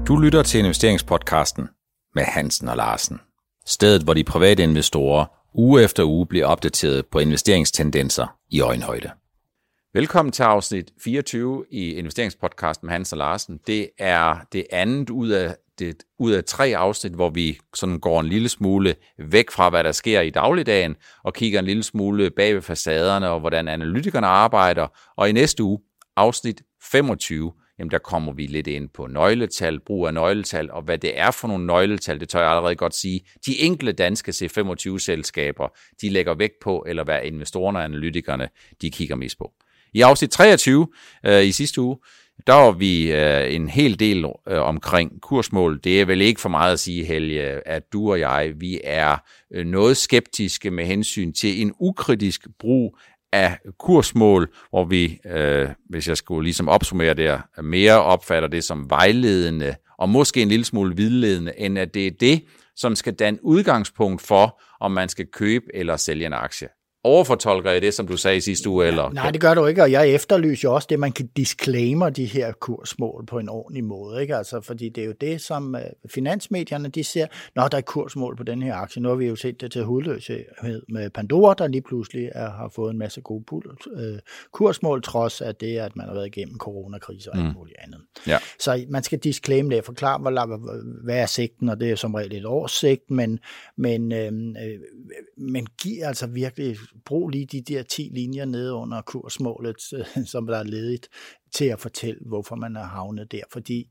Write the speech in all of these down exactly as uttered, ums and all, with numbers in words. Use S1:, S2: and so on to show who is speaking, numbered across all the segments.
S1: Du lytter til investeringspodcasten med Hansen og Larsen. Stedet, hvor de private investorer uge efter uge bliver opdateret på investeringstendenser i øjenhøjde. Velkommen til afsnit fireogtyve i investeringspodcasten med Hansen og Larsen. Det er det andet ud af, det, ud af tre afsnit, hvor vi sådan går en lille smule væk fra, hvad der sker i dagligdagen, og kigger en lille smule bag ved facaderne og hvordan analytikerne arbejder. Og i næste uge, afsnit femogtyve, jamen der kommer vi lidt ind på nøgletal, brug af nøgletal, og hvad det er for nogle nøgletal, det tør jeg allerede godt sige. De enkelte danske C femogtyve-selskaber, de lægger vægt på, eller hvad investorerne og analytikerne, de kigger mest på. I afsnit treogtyve øh, i sidste uge, der var vi øh, en hel del øh, omkring kursmål. Det er vel ikke for meget at sige, Helge, at du og jeg, vi er øh, noget skeptiske med hensyn til en ukritisk brug af kursmål, hvor vi, øh, hvis jeg skulle ligesom opsummere det, mere opfatter det som vejledende, og måske en lille smule vildledende, end at det er det, som skal danne udgangspunkt for, om man skal købe eller sælge en aktie. Overfortolker jeg det, som du sagde i sidste uge? Eller?
S2: Nej, det gør du ikke, og jeg efterlyser jo også det, man kan disclaimer de her kursmål på en ordentlig måde, ikke? Altså, fordi det er jo det, som finansmedierne, de siger, når der er kursmål på den her aktie. Nu har vi jo set det til hudløshed med Pandora, der lige pludselig er, har fået en masse gode øh, kursmål, trods af det, at man har været igennem coronakrise og alt mm. muligt andet. Ja. Så man skal disclaim det, forklare, hvad er sigten, og det er som regel et års sigt, men, men, øh, men giver altså virkelig brug lige de der ti linjer nede under kursmålet, som der er ledigt, til at fortælle, hvorfor man er havnet der. Fordi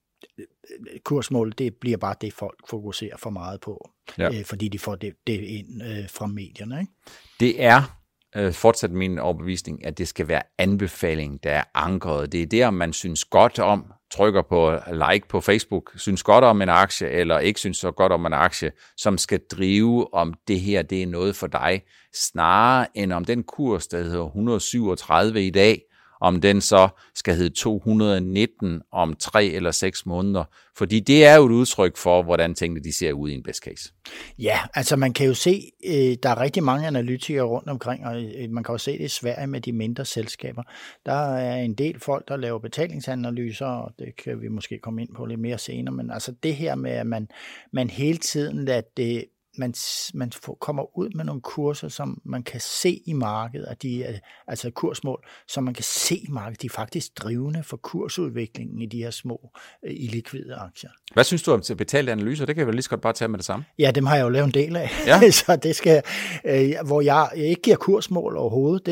S2: kursmålet, det bliver bare det, folk fokuserer for meget på, ja. øh, fordi de får det, det ind øh, fra medierne. Ikke?
S1: Det er øh, fortsat min overbevisning, at det skal være anbefaling, der er ankret. Det er det, om man synes godt om, trykker på like på Facebook, synes godt om en aktie, eller ikke synes så godt om en aktie, som skal drive, om det her det er noget for dig, snarere end om den kurs, der hedder et hundrede syvogtredive i dag, om den så skal hedde to hundrede nitten om tre eller seks måneder. Fordi det er jo et udtryk for, hvordan tingene de ser ud i en best case.
S2: Ja, altså man kan jo se, der er rigtig mange analytikere rundt omkring, og man kan jo se det i Sverige med de mindre selskaber. Der er en del folk, der laver betalingsanalyser, og det kan vi måske komme ind på lidt mere senere, men altså det her med, at man, man hele tiden lader det Man, man får, kommer ud med nogle kurser, som man kan se i markedet, at de er, altså kursmål, som man kan se i markedet, de er faktisk drivende for kursudviklingen i de her små øh, illikvide aktier.
S1: Hvad synes du om til betalte analyser? Det kan jeg vel lige så godt bare tage med det samme.
S2: Ja, dem har jeg jo lavet en del af. Ja. Så det skal, øh, hvor jeg ikke giver kursmål overhovedet,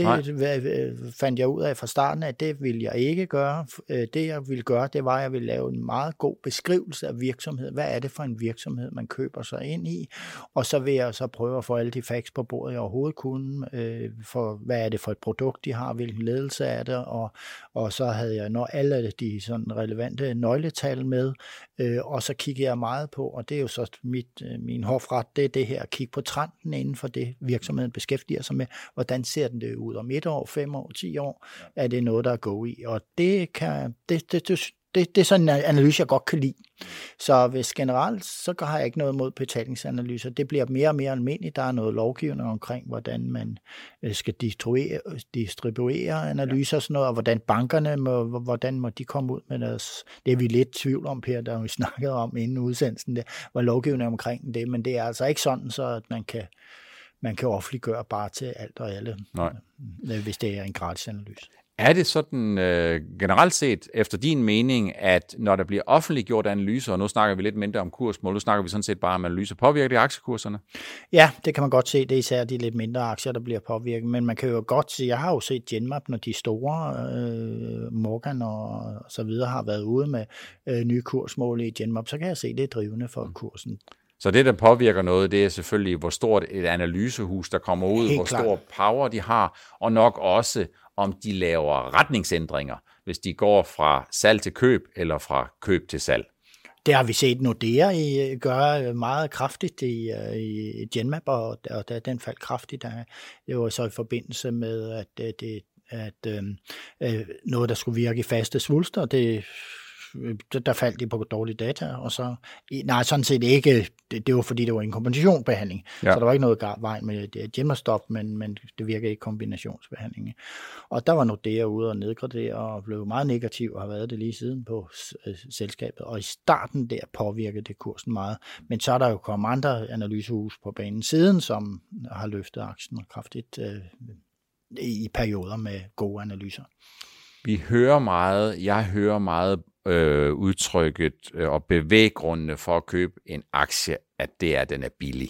S2: det fandt jeg ud af fra starten, at det vil jeg ikke gøre. Det jeg ville gøre, det var, at jeg ville lave en meget god beskrivelse af virksomheden. Hvad er det for en virksomhed, man køber sig ind i? Og så vil jeg så prøve at få alle de facts på bordet, jeg overhovedet kunne, øh, for hvad er det for et produkt, de har, hvilken ledelse er det, og, og så havde jeg når alle de sådan relevante nøgletal med, øh, og så kiggede jeg meget på, og det er jo så mit, øh, min hofret, det er det her at kigge på trenden inden for det, virksomheden beskæftiger sig med, hvordan ser den det ud om et år, fem år, ti år, er det noget, der er go i, og det kan, det, det, det Det, det er sådan en analyse, jeg godt kan lide. Så hvis generelt, så har jeg ikke noget mod betalingsanalyser. Det bliver mere og mere almindeligt. Der er noget lovgivning omkring, hvordan man skal distribuere, distribuere analyser og sådan noget, og hvordan bankerne må, hvordan må de komme ud med deres. Det er vi lidt i tvivl om, Per, der vi snakket om inden udsendelsen, det var lovgivning omkring det, men det er altså ikke sådan, så at man kan, man kan offentliggøre bare til alt og alle, Nej. hvis det er en gratis analyse.
S1: Er det sådan øh, generelt set, efter din mening, at når der bliver offentliggjort analyser, og nu snakker vi lidt mindre om kursmål, nu snakker vi sådan set bare om analyser, påvirker det aktiekurserne?
S2: Ja, det kan man godt se. Det er især de lidt mindre aktier, der bliver påvirket. Men man kan jo godt se, jeg har jo set Genmab, når de store, øh, Morgan og så videre, har været ude med øh, nye kursmål i Genmab, så kan jeg se, det er drivende for kursen.
S1: Så det, der påvirker noget, det er selvfølgelig, hvor stort et analysehus, der kommer ud,
S2: Helt
S1: hvor
S2: klart.
S1: stor power de har, og nok også, om de laver retningsændringer, hvis de går fra salg til køb, eller fra køb til salg.
S2: Det har vi set Nordea i, gøre meget kraftigt i, i Genmab, og, og da den faldt kraftigt, der, det var så i forbindelse med, at det, at øh, noget, der skulle virke i faste svulster, det der faldt de på dårlige data, og så, nej, sådan set ikke, det, det var fordi, det var en kombinationsbehandling, ja. Så der var ikke noget vej med Gemma-stop, men, men det virker ikke kombinationsbehandling. Og der var Nordea ude og nedgradere, og blev meget negativ, og har været det lige siden på selskabet, og i starten der påvirkede det kursen meget, men så er der jo kommet andre analysehus på banen siden, som har løftet aktien kraftigt øh, i perioder med gode analyser.
S1: Vi hører meget, jeg hører meget øh, udtrykket øh, og bevæggrundene for at købe en aktie, at det er, at den er billig.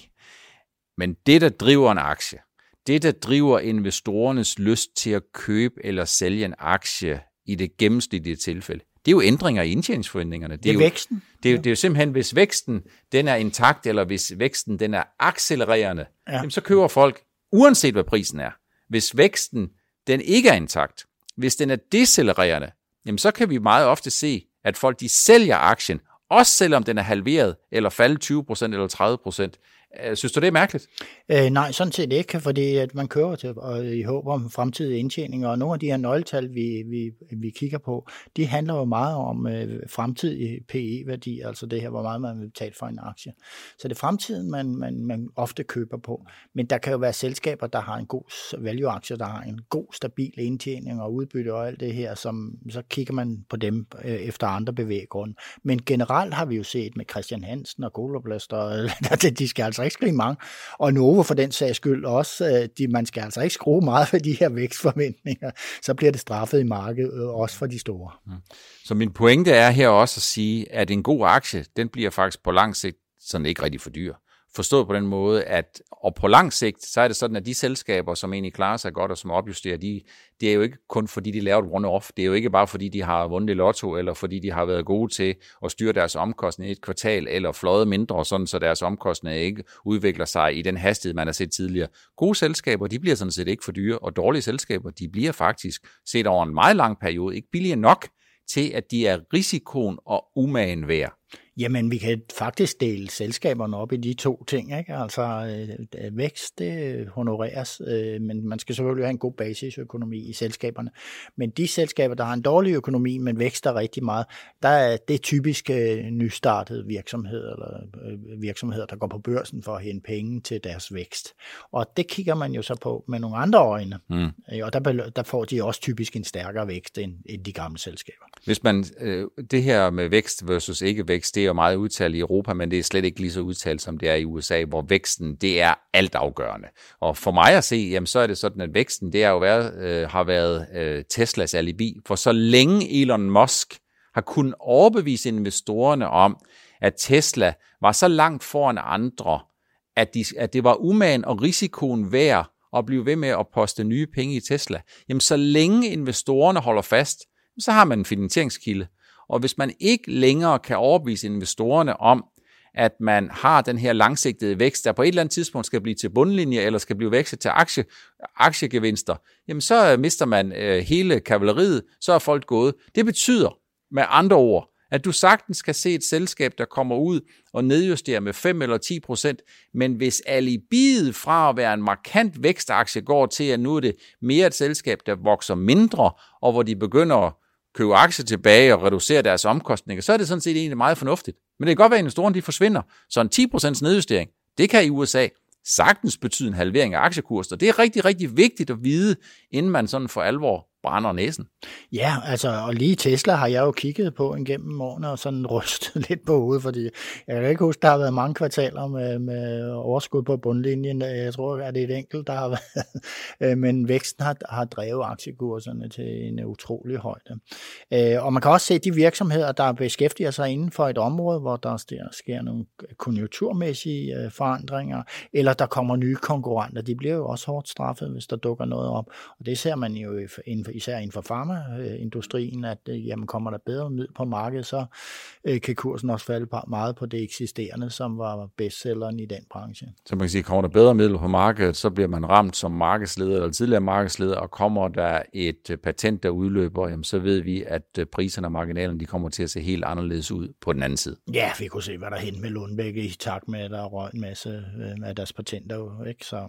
S1: Men det, der driver en aktie, det, der driver investorernes lyst til at købe eller sælge en aktie i det gennemsnitlige tilfælde, det er jo ændringer i indtjeningsforventningerne.
S2: Det er, det er jo væksten.
S1: Det er, det er jo simpelthen, hvis væksten den er intakt, eller hvis væksten den er accelererende, ja. Jamen, så køber folk, uanset hvad prisen er. Hvis væksten den ikke er intakt, hvis den er decelererende, jamen så kan vi meget ofte se, at folk de sælger aktien, også selvom den er halveret, eller faldet tyve procent eller tredive procent. Synes du, det er mærkeligt?
S2: Øh, nej, sådan set ikke, fordi at man kører til og i håb om fremtidige indtjeninger, og nogle af de her nøgletal, vi, vi, vi kigger på, de handler jo meget om øh, fremtidig P E-værdi, altså det her, hvor meget man vil betale for en aktie. Så det er fremtiden, man, man, man ofte køber på. Men der kan jo være selskaber, der har en god value-aktie, der har en god, stabil indtjening og udbytte og alt det her, som, så kigger man på dem øh, efter andre bevæggrunde. Men generelt har vi jo set med Christian Hansen og Coloplast, og de skal altså ikke skrive mange, og Novo for den sags skyld også, de, man skal altså ikke skrue meget for de her vækstforventninger, så bliver det straffet i markedet, også for de store.
S1: Så min pointe er her også at sige, at en god aktie, den bliver faktisk på lang sigt sådan ikke rigtig for dyr. Forstået på den måde, at og på lang sigt, så er det sådan, at de selskaber, som egentlig klarer sig godt og som opjusterer, de, det er jo ikke kun fordi, de laver et one-off. Det er jo ikke bare fordi, de har vundet i lotto, eller fordi de har været gode til at styre deres omkostninger i et kvartal, eller fløjet mindre, sådan så deres omkostninger ikke udvikler sig i den hastighed, man har set tidligere. Gode selskaber, de bliver sådan set ikke for dyre, og dårlige selskaber, de bliver faktisk set over en meget lang periode ikke billige nok til, at de er risikoen og umagen værd.
S2: Jamen, vi kan faktisk dele selskaberne op i de to ting, ikke? Altså, øh, vækst, det honoreres, øh, men man skal selvfølgelig have en god basisøkonomi i selskaberne. Men de selskaber, der har en dårlig økonomi, men vækster rigtig meget, der er det typisk øh, nystartede virksomheder, eller øh, virksomheder, der går på børsen for at hente penge til deres vækst. Og det kigger man jo så på med nogle andre øjne, mm. og der, der får de også typisk en stærkere vækst end, end de gamle selskaber.
S1: Hvis man, øh, det her med vækst versus ikke vækst, det er jo meget udtalt i Europa, men det er slet ikke lige så udtalt, som det er i U S A, hvor væksten, det er altafgørende. Og for mig at se, jamen, så er det sådan, at væksten, det har jo været, øh, har været øh, Teslas alibi. For så længe Elon Musk har kunnet overbevise investorerne om, at Tesla var så langt foran andre, at, de, at det var umagen og risikoen værd at blive ved med at poste nye penge i Tesla, jamen så længe investorerne holder fast, så har man en finansieringskilde. Og hvis man ikke længere kan overbevise investorerne om, at man har den her langsigtede vækst, der på et eller andet tidspunkt skal blive til bundlinje, eller skal blive vækstet til aktie, aktiegevinster, jamen så mister man øh, hele kavaleriet, så er folk gået. Det betyder med andre ord, at du sagtens kan se et selskab, der kommer ud og nedjusterer med fem eller ti procent, men hvis alibiet fra at være en markant vækstaktie går til, at nu er det mere et selskab, der vokser mindre, og hvor de begynder at købe aktier tilbage og reducere deres omkostninger, så er det sådan set egentlig meget fornuftigt. Men det kan godt være, at investorerne de forsvinder. Så en ti procent nedjustering, det kan i U S A sagtens betyde en halvering af aktiekurser. Det er rigtig, rigtig vigtigt at vide, inden man sådan for alvor brænder næsen.
S2: Ja, altså, og lige Tesla har jeg jo kigget på en gennem årene og sådan rystet lidt på hovedet, fordi jeg kan ikke huske, der har været mange kvartaler med, med overskud på bundlinjen. Jeg tror, at det er et enkelt, der har været, men væksten har, har drevet aktiekurserne til en utrolig højde. Og man kan også se de virksomheder, der beskæftiger sig inden for et område, hvor der sker nogle konjunkturmæssige forandringer, eller der kommer nye konkurrenter. De bliver jo også hårdt straffet, hvis der dukker noget op, og det ser man jo inden for især inden for farmaindustrien, at jamen, kommer der bedre middel på markedet, så øh, kan kursen også falde meget på det eksisterende, som var bestselleren i den branche.
S1: Så man kan sige, kommer der bedre middel på markedet, så bliver man ramt som markedsleder eller tidligere markedsleder, og kommer der et patent, der udløber, jamen, så ved vi, at priserne og marginalerne, de kommer til at se helt anderledes ud på den anden side.
S2: Ja, vi kunne se, hvad der hente med Lundbæk i takt med, at der røg en masse af deres patenter, ikke? Så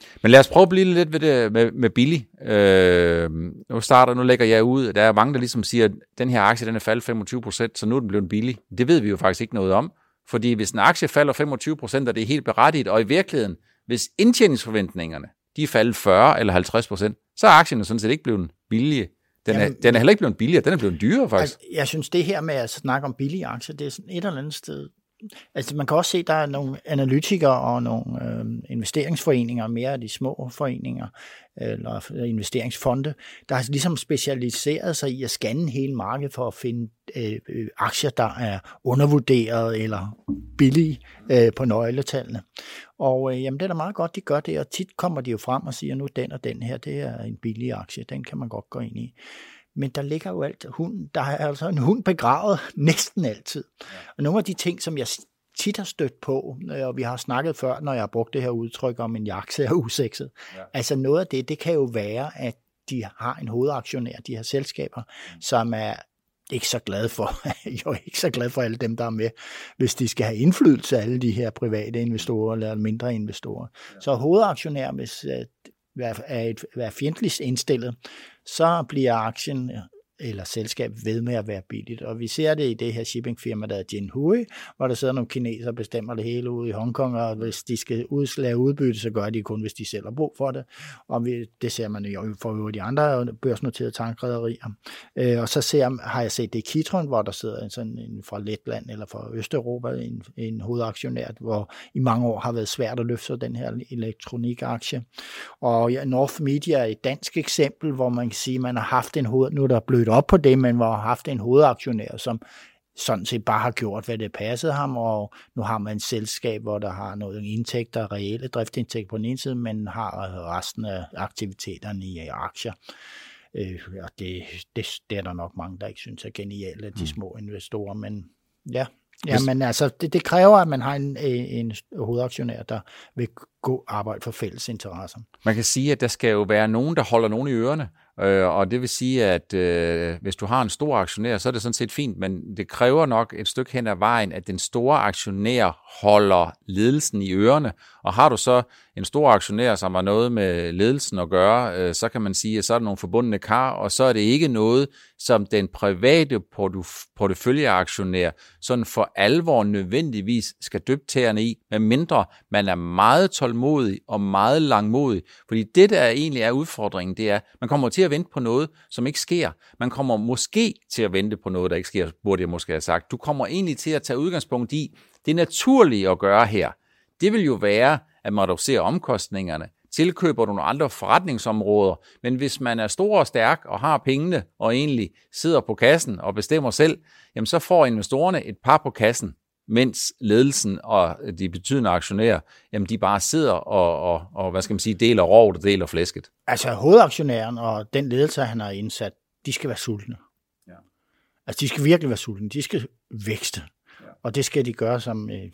S1: Men lad os prøve at blive lidt ved det med, med billig. Øh, nu starter, nu lægger jeg ud, der er mange, der ligesom siger, at den her aktie, den er faldet femogtyve procent, så nu er den blevet billig. Det ved vi jo faktisk ikke noget om. Fordi hvis en aktie falder femogtyve procent, og det er helt berettiget, og i virkeligheden, hvis indtjeningsforventningerne, de er faldet fyrre eller halvtreds procent, så er aktien jo sådan set ikke blevet billige. Den er, Jamen, den er heller ikke blevet billigere, den er blevet dyrere faktisk.
S2: Altså, jeg synes, det her med at snakke om billige aktier, det er sådan et eller andet sted. Altså man kan også se, at der er nogle analytikere og nogle øh, investeringsforeninger, mere af de små foreninger, eller investeringsfonde, der har ligesom specialiseret sig i at scanne hele markedet for at finde øh, aktier, der er undervurderet eller billige øh, på nøgletallene. Og øh, jamen, det er da meget godt, de gør det, og tit kommer de jo frem og siger, nu den og den her, det er en billig aktie, den kan man godt gå ind i. Men der ligger jo alt hunden. Der er altså en hund begravet næsten altid. Og nogle af de ting, som jeg tit har stødt på, og vi har snakket før, når jeg har brugt det her udtryk om en jakse er usekset. Ja. Altså noget af det, det kan jo være, at de har en hovedaktionær, de her selskaber, mm. som er ikke så glad for, jo ikke så glad for alle dem, der er med, hvis de skal have indflydelse af alle de her private investorer eller mindre investorer. Ja. Så hovedaktionær, hvis er, et, er fjendtligt indstillet, så bliver aktien eller selskab ved med at være billigt. Og vi ser det i det her shippingfirma, der er Jinhui, hvor der sidder nogle kinesere og bestemmer det hele ude i Hongkong, og hvis de skal udslage udbytte, så gør de kun, hvis de selv har brug for det. Og vi, det ser man jo for de andre børsnoterede tankrederier. Øh, og så ser, har jeg set det i Kitron, hvor der sidder sådan en fra Letland eller fra Østeuropa, en, en hovedaktionær, hvor i mange år har været svært at løfte den her elektronikaktie. Og ja, North Media er et dansk eksempel, hvor man kan sige, at man har haft en hoved, nu er der blødt op på det, men hvor har haft en hovedaktionær, som sådan set bare har gjort, hvad det passede ham, og nu har man et selskab, hvor der har noget indtægter, reelle driftindtægter på den ene side, men har resten af aktiviteterne i aktier. Øh, og det, det, det er der nok mange, der ikke synes er geniale, de små investorer, men ja. Ja, men altså, det, det kræver, at man har en, en hovedaktionær, der vil gå arbejde for fælles interesser.
S1: Man kan sige, at der skal jo være nogen, der holder nogen i ørerne, øh, og det vil sige, at øh, hvis du har en stor aktionær, så er det sådan set fint, men det kræver nok et stykke hen ad vejen, at den store aktionær holder ledelsen i ørerne, og har du så en stor aktionær, som har noget med ledelsen at gøre, øh, så kan man sige, at så er der nogle forbundne kar, og så er det ikke noget, som den private porteføljeaktionær sådan for alvor nødvendigvis skal dyppe tæerne i, medmindre man er meget tålmodig og meget langmodig. Fordi det, der egentlig er udfordringen, det er, man kommer til at vente på noget, som ikke sker. Man kommer måske til at vente på noget, der ikke sker, burde jeg måske have sagt. Du kommer egentlig til at tage udgangspunkt i, det naturlige at gøre her. Det vil jo være, at man reducerer omkostningerne, tilkøber du nogle andre forretningsområder, men hvis man er stor og stærk og har pengene og egentlig sidder på kassen og bestemmer selv, jamen så får investorerne et par på kassen, mens ledelsen og de betydende aktionærer, jamen de bare sidder og, og, og hvad skal man sige, deler rovet og deler flæsket.
S2: Altså hovedaktionæren og den ledelse, han har indsat, de skal være sultne. Ja. Altså de skal virkelig være sultne, de skal vækste. Og det skal de gøre som, øh,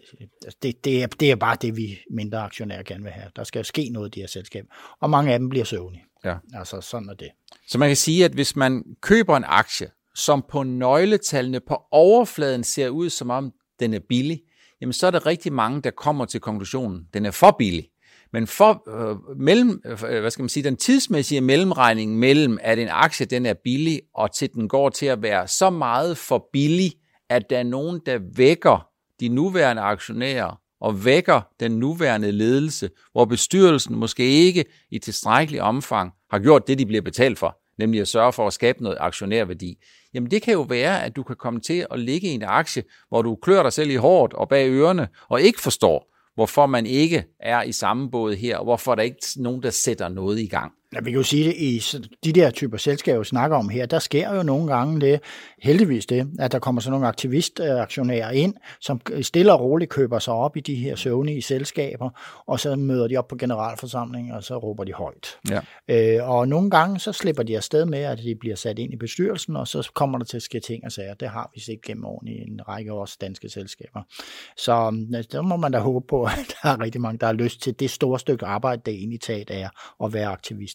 S2: det, det, er, det er bare det, vi mindre aktionærer gerne vil have. Der skal ske noget i de her selskaber. Og mange af dem bliver søvnige. Ja. Altså sådan er det.
S1: Så man kan sige, at hvis man køber en aktie, som på nøgletallene på overfladen ser ud, som om den er billig, jamen så er der rigtig mange, der kommer til konklusionen, den er for billig. Men for øh, mellem, øh, hvad skal man sige, den tidsmæssige mellemregning mellem, at en aktie den er billig, og til den går til at være så meget for billig, at der er nogen, der vækker de nuværende aktionærer og vækker den nuværende ledelse, hvor bestyrelsen måske ikke i tilstrækkelig omfang har gjort det, de bliver betalt for, nemlig at sørge for at skabe noget aktionærværdi. Jamen det kan jo være, at du kan komme til at ligge i en aktie, hvor du klør dig selv i håret og bag ørerne, og ikke forstår, hvorfor man ikke er i samme båd her, og hvorfor der ikke er nogen, der sætter noget i gang.
S2: Ja, vi kan jo sige det, i de der typer selskaber, vi snakker om her, der sker jo nogle gange det, heldigvis det, at der kommer sådan nogle aktivistaktionærer ind, som stille og roligt køber sig op i de her søvnige selskaber, og så møder de op på generalforsamlingen, og så råber de højt. Ja. Øh, og nogle gange, så slipper de afsted med, at de bliver sat ind i bestyrelsen, og så kommer der til at ske ting og sager. Det har vi set gennem årene i en række også danske selskaber. Så der må man da håbe på, at der er rigtig mange, der har lyst til det store stykke arbejde, det egentlig taget er at være aktivist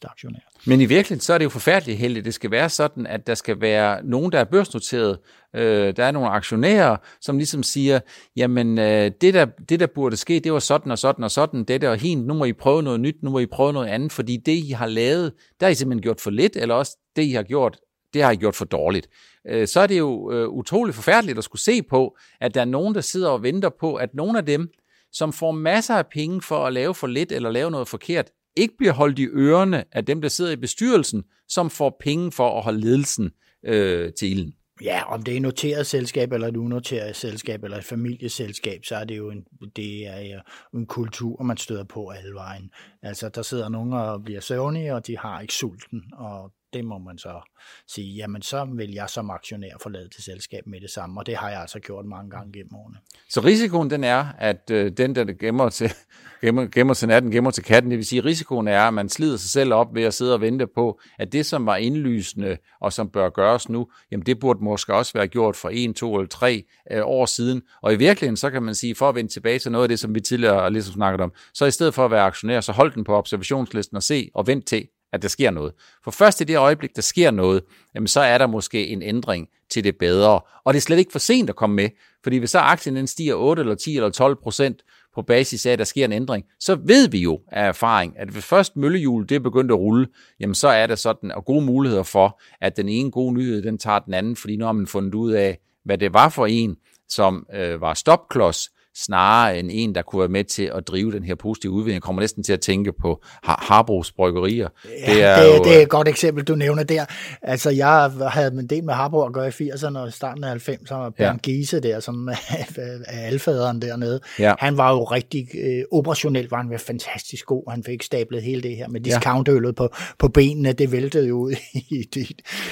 S2: fleste aktionærer.
S1: Men i virkeligheden, så er det jo forfærdeligt heldigt. Det skal være sådan, at der skal være nogen, der er børsnoteret. Øh, der er nogle aktionærer, som ligesom siger, jamen øh, det, der, det der burde ske, det var sådan og sådan og sådan, det der og hent, nu må I prøve noget nyt, nu må I prøve noget andet, fordi det, I har lavet, der har I simpelthen gjort for lidt, eller også det, I har gjort, det har I gjort for dårligt. Øh, så er det jo øh, utroligt forfærdeligt at skulle se på, at der er nogen, der sidder og venter på, at nogle af dem, som får masser af penge for at lave for lidt eller lave noget forkert, ikke bliver holdt i ørerne af dem, der sidder i bestyrelsen, som får penge for at holde ledelsen øh, til ilden.
S2: Ja, om det er et noteret selskab, eller et unoteret selskab, eller et familieselskab, så er det jo en, det er jo en kultur, man støder på alle vejen. Altså, der sidder nogen og bliver søvnige, og de har ikke sulten, og det må man så sige, jamen så vil jeg som aktionær forlade til selskab med det samme, og det har jeg altså gjort mange gange gennem årene.
S1: Så risikoen den er, at øh, den, der gemmer til, gemmer, gemmer til natten, gemmer til katten, det vil sige, at risikoen er, at man slider sig selv op ved at sidde og vente på, at det, som var indlysende, og som bør gøres nu, jamen det burde måske også være gjort for en, to eller tre øh, år siden, og i virkeligheden, så kan man sige, for at vende tilbage til noget af det, som vi tidligere ligesom snakket om, så i stedet for at være aktionær, så hold den på observationslisten og se, og vent til, at der sker noget. For først i det øjeblik, der sker noget, jamen så er der måske en ændring til det bedre. Og det er slet ikke for sent at komme med, fordi hvis så aktien den stiger otte eller ti eller tolv procent på basis af, at der sker en ændring, så ved vi jo af erfaring, at hvis først møllehjulet det er begyndt at rulle, jamen så er der sådan og gode muligheder for, at den ene gode nyhed, den tager den anden, fordi nu har man fundet ud af, hvad det var for en, som øh, var stopklods, snarere end en, der kunne være med til at drive den her positive udvikling. Jeg kommer næsten til at tænke på Har- Harbros Bryggerier.
S2: Ja, det, er det, jo, det er et godt eksempel, du nævner der. Altså, jeg havde en del med Harbro at gøre i firserne og starten af halvfemserne, og Bernd ja. Giese der, som er alfaderen dernede. Ja. Han var jo rigtig øh, operationelt, var han var fantastisk god. Han fik stablet hele det her med discountøllet ja. på, på benene. Det væltede jo ud i, i,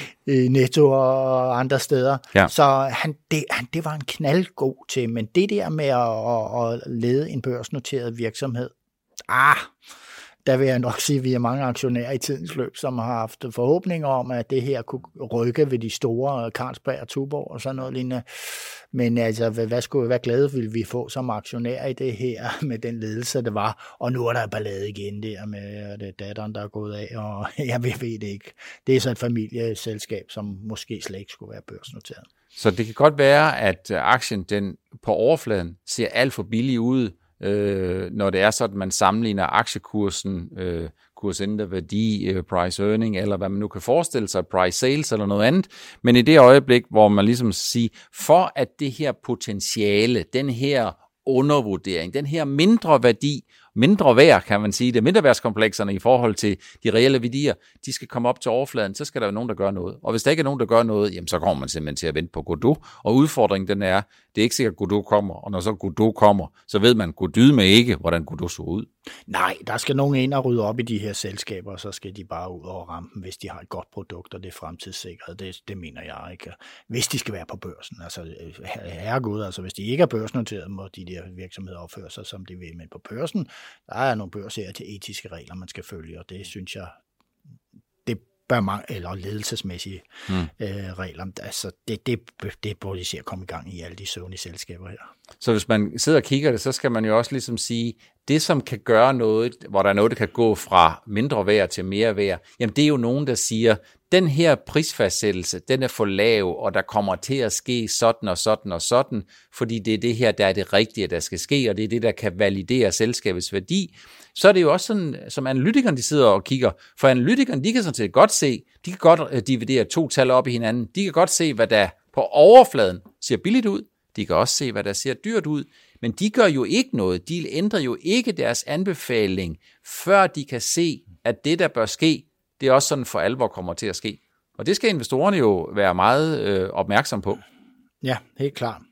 S2: i Netto og andre steder. Ja. Så han, det, han, det var en knaldgod til, men det der med at og, og lede en børsnoteret virksomhed. Ah, der vil jeg nok sige, at vi er mange aktionærer i tidens løb, som har haft forhåbninger om, at det her kunne rykke ved de store Carlsberg og Tuborg og sådan noget lignende. Men altså, hvad skulle vi være glade, ville vi få som aktionærer i det her med den ledelse, det var. Og nu er der ballade igen der med det datteren, der er gået af, og jeg ved det ikke. Det er så et familieselskab, som måske slet ikke skulle være børsnoteret.
S1: Så det kan godt være, at aktien den på overfladen ser alt for billig ud, øh, når det er sådan, at man sammenligner aktiekursen, øh, kursændret værdi, øh, price earning, eller hvad man nu kan forestille sig, price sales eller noget andet. Men i det øjeblik, hvor man ligesom siger, for at det her potentiale, den her undervurdering, den her mindre værdi, mindre værd, kan man sige, det mindre værdskomplekserne i forhold til de reelle værdier, de skal komme op til overfladen, så skal der være nogen, der gør noget. Og hvis der ikke er nogen, der gør noget, jamen så kommer man simpelthen til at vente på Godot. Og udfordringen den er, det er ikke sikkert, at Godot kommer, og når så Godot kommer, så ved man Godot med ikke, hvordan Godot så ud.
S2: Nej, der skal nogen ind og rydde op i de her selskaber, og så skal de bare ud over rampen, hvis de har et godt produkt, og det er fremtidssikret. Det, det mener jeg ikke. Hvis de skal være på børsen, altså herregud, altså hvis de ikke er børsnoteret, må de der virksomheder opføre sig, som de vil, men på børsen, der er nogle børser til etiske regler, man skal følge, og det synes jeg, det bør man, eller ledelsesmæssige mm. øh, regler, altså det, det, det burde de se at komme i gang i alle de søvnige selskaber her.
S1: Så hvis man sidder og kigger det, så skal man jo også ligesom sige, det som kan gøre noget, hvor der er noget, der kan gå fra mindre værd til mere værd, jamen det er jo nogen, der siger, den her prisfastsættelse, den er for lav, og der kommer til at ske sådan og sådan og sådan, fordi det er det her, der er det rigtige, der skal ske, og det er det, der kan validere selskabets værdi. Så er det jo også sådan, som analytikerne, de sidder og kigger, for analytikerne, de kan sådan set godt se, de kan godt dividere to tal op i hinanden, de kan godt se, hvad der på overfladen ser billigt ud, de kan også se, hvad der ser dyrt ud, men de gør jo ikke noget, de ændrer jo ikke deres anbefaling, før de kan se, at det, der bør ske, det er også sådan for alvor kommer til at ske. Og det skal investorerne jo være meget øh, opmærksom på.
S2: Ja, helt klart.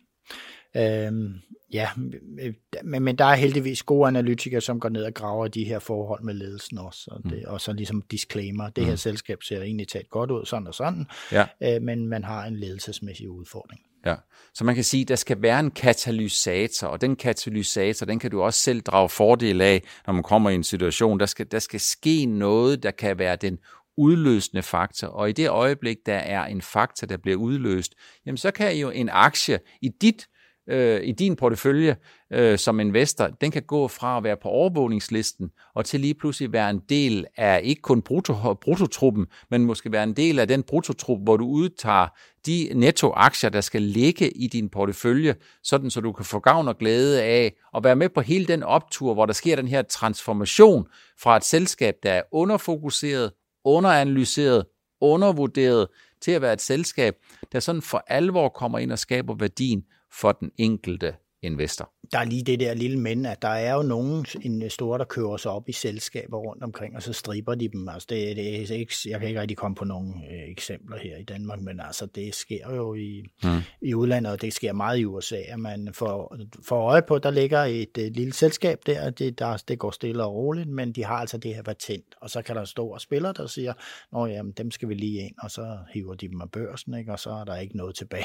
S2: Øhm, ja, men, men der er heldigvis gode analytikere, som går ned og graver de her forhold med ledelsen også. Og, det, mm. og så ligesom disclaimer, det her mm. selskab ser egentlig talt godt ud, sådan og sådan, ja. øh, men man har en ledelsesmæssig udfordring.
S1: Ja, så man kan sige, at der skal være en katalysator, og den katalysator, den kan du også selv drage fordel af, når man kommer i en situation. Der skal, der skal ske noget, der kan være den udløsende faktor, og i det øjeblik, der er en faktor, der bliver udløst, jamen så kan jo en aktie i dit øh, i din portefølje øh, som investor, den kan gå fra at være på overvågningslisten og til lige pludselig være en del af ikke kun brutto, bruttotruppen, men måske være en del af den bruttotrup, hvor du udtager de nettoaktier, der skal ligge i din portefølje, sådan så du kan få gavn og glæde af at være med på hele den optur, hvor der sker den her transformation fra et selskab, der er underfokuseret, underanalyseret, undervurderet, til at være et selskab, der sådan for alvor kommer ind og skaber værdien for den enkelte investor.
S2: Der er lige det der lille men, at der er jo nogle investorer, der kører sig op i selskaber rundt omkring, og så striber de dem. Altså det, det er ikke, jeg kan ikke rigtig komme på nogle øh, eksempler her i Danmark, men altså det sker jo i, mm. i udlandet, og det sker meget i U S A, at man får, får øje på, der ligger et øh, lille selskab der, det, der, det går stille og roligt, men de har altså det her patent, og så kan der stå og spillere, der siger, nå jamen, dem skal vi lige ind, og så hiver de dem af børsen, ikke? Og så er der ikke noget tilbage.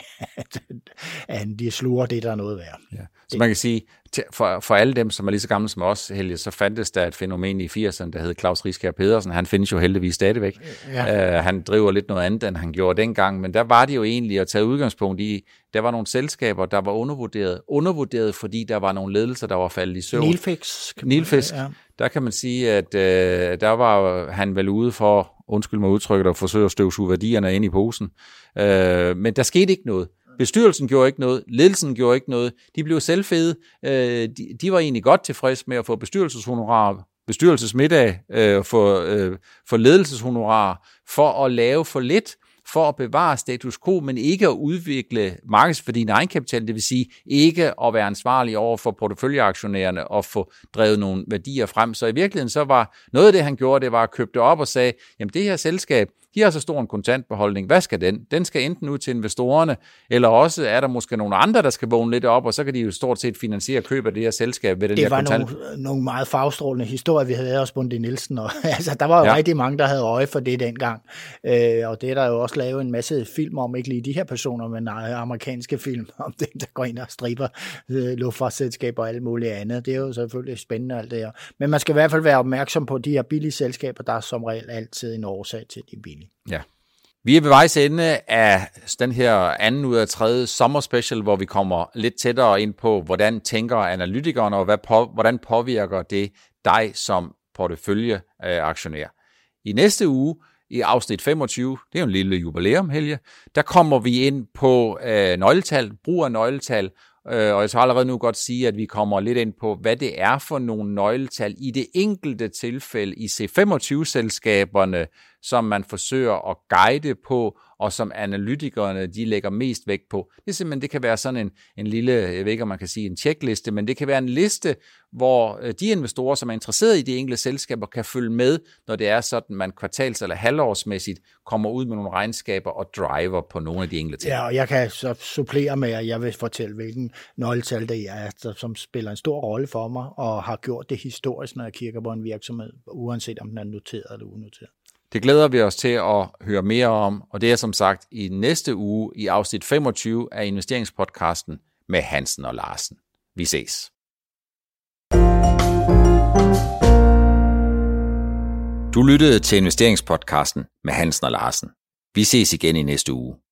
S2: De sluger det, der er noget værd.
S1: Ja. Så man kan sige, for, for alle dem, som er lige så gamle som os, Helge, så fandtes der et fænomen i firserne, der hed Claus Riskær Pedersen. Han findes jo heldigvis stadigvæk. Ja. Uh, han driver lidt noget andet, end han gjorde dengang, men der var det jo egentlig at tage udgangspunkt i, der var nogle selskaber, der var undervurderet. Undervurderet, fordi der var nogle ledelser, der var faldet i søvn.
S2: Nilfisk.
S1: Nilfisk. Ja. Der kan man sige, at uh, der var han vel ude for, undskyld mig udtrykket, at forsøge at støvsuge værdierne ind i posen. Uh, men der skete ikke noget. Bestyrelsen gjorde ikke noget, ledelsen gjorde ikke noget, de blev selvfede, de, de var egentlig godt tilfreds med at få bestyrelseshonorar, bestyrelsesmiddag, for, for ledelseshonorar, for at lave for lidt, for at bevare status quo, men ikke at udvikle markedsværdien af egenkapital, det vil sige ikke at være ansvarlig over for porteføljeaktionærerne og få drevet nogle værdier frem. Så i virkeligheden så var noget af det, han gjorde, det var at købe det op og sagde, jamen det her selskab, de har så stor en kontantbeholdning. Hvad skal den? Den skal enten ud til investorerne, eller også er der måske nogle andre, der skal vågne lidt op, og så kan de jo stort set finansiere køb af det her selskab ved den her kontant.
S2: Det var nogle, nogle meget farvestrålende historier, vi havde også Bunde Nielsen. Og, altså, der var jo ja. rigtig mange, der havde øje for det dengang. Øh, og det er der jo også lavet en masse film om, ikke lige de her personer, men amerikanske film, om det, der går ind og striber øh, luftfartsselskaber og alt muligt andet. Det er jo selvfølgelig spændende alt det her. Men man skal i hvert fald være opmærksom på de her billige selskaber, der er som regel altid en årsag til, de billige.
S1: Ja. Vi er ved vejs ende af den her anden ud af tredje sommerspecial, hvor vi kommer lidt tættere ind på, hvordan tænker analytikerne, og hvad på, hvordan påvirker det dig som porteføljeaktionær. I næste uge, i afsnit femogtyve, det er jo en lille jubilæum, Helge, der kommer vi ind på øh, nøgletal, brug af nøgletal, øh, og jeg skal allerede nu godt sige, at vi kommer lidt ind på, hvad det er for nogle nøgletal i det enkelte tilfælde i C femogtyve-selskaberne, som man forsøger at guide på, og som analytikerne de lægger mest vægt på. Det er simpelthen, det kan være sådan en, en lille, jeg ved ikke, om man kan sige en checkliste, men det kan være en liste, hvor de investorer, som er interesseret i de enkelte selskaber, kan følge med, når det er sådan, man kvartals- eller halvårsmæssigt kommer ud med nogle regnskaber og driver på nogle af de enkelte ting.
S2: Ja, og jeg kan så supplere med, at jeg vil fortælle, hvilken nøgletal det er, som spiller en stor rolle for mig, og har gjort det historisk, når jeg kigger på en virksomhed, uanset om den er noteret eller unoteret.
S1: Det glæder vi os til at høre mere om, og det er som sagt i næste uge i afsnit femogtyve af investeringspodcasten med Hansen og Larsen. Vi ses. Du lyttede til investeringspodcasten med Hansen og Larsen. Vi ses igen i næste uge.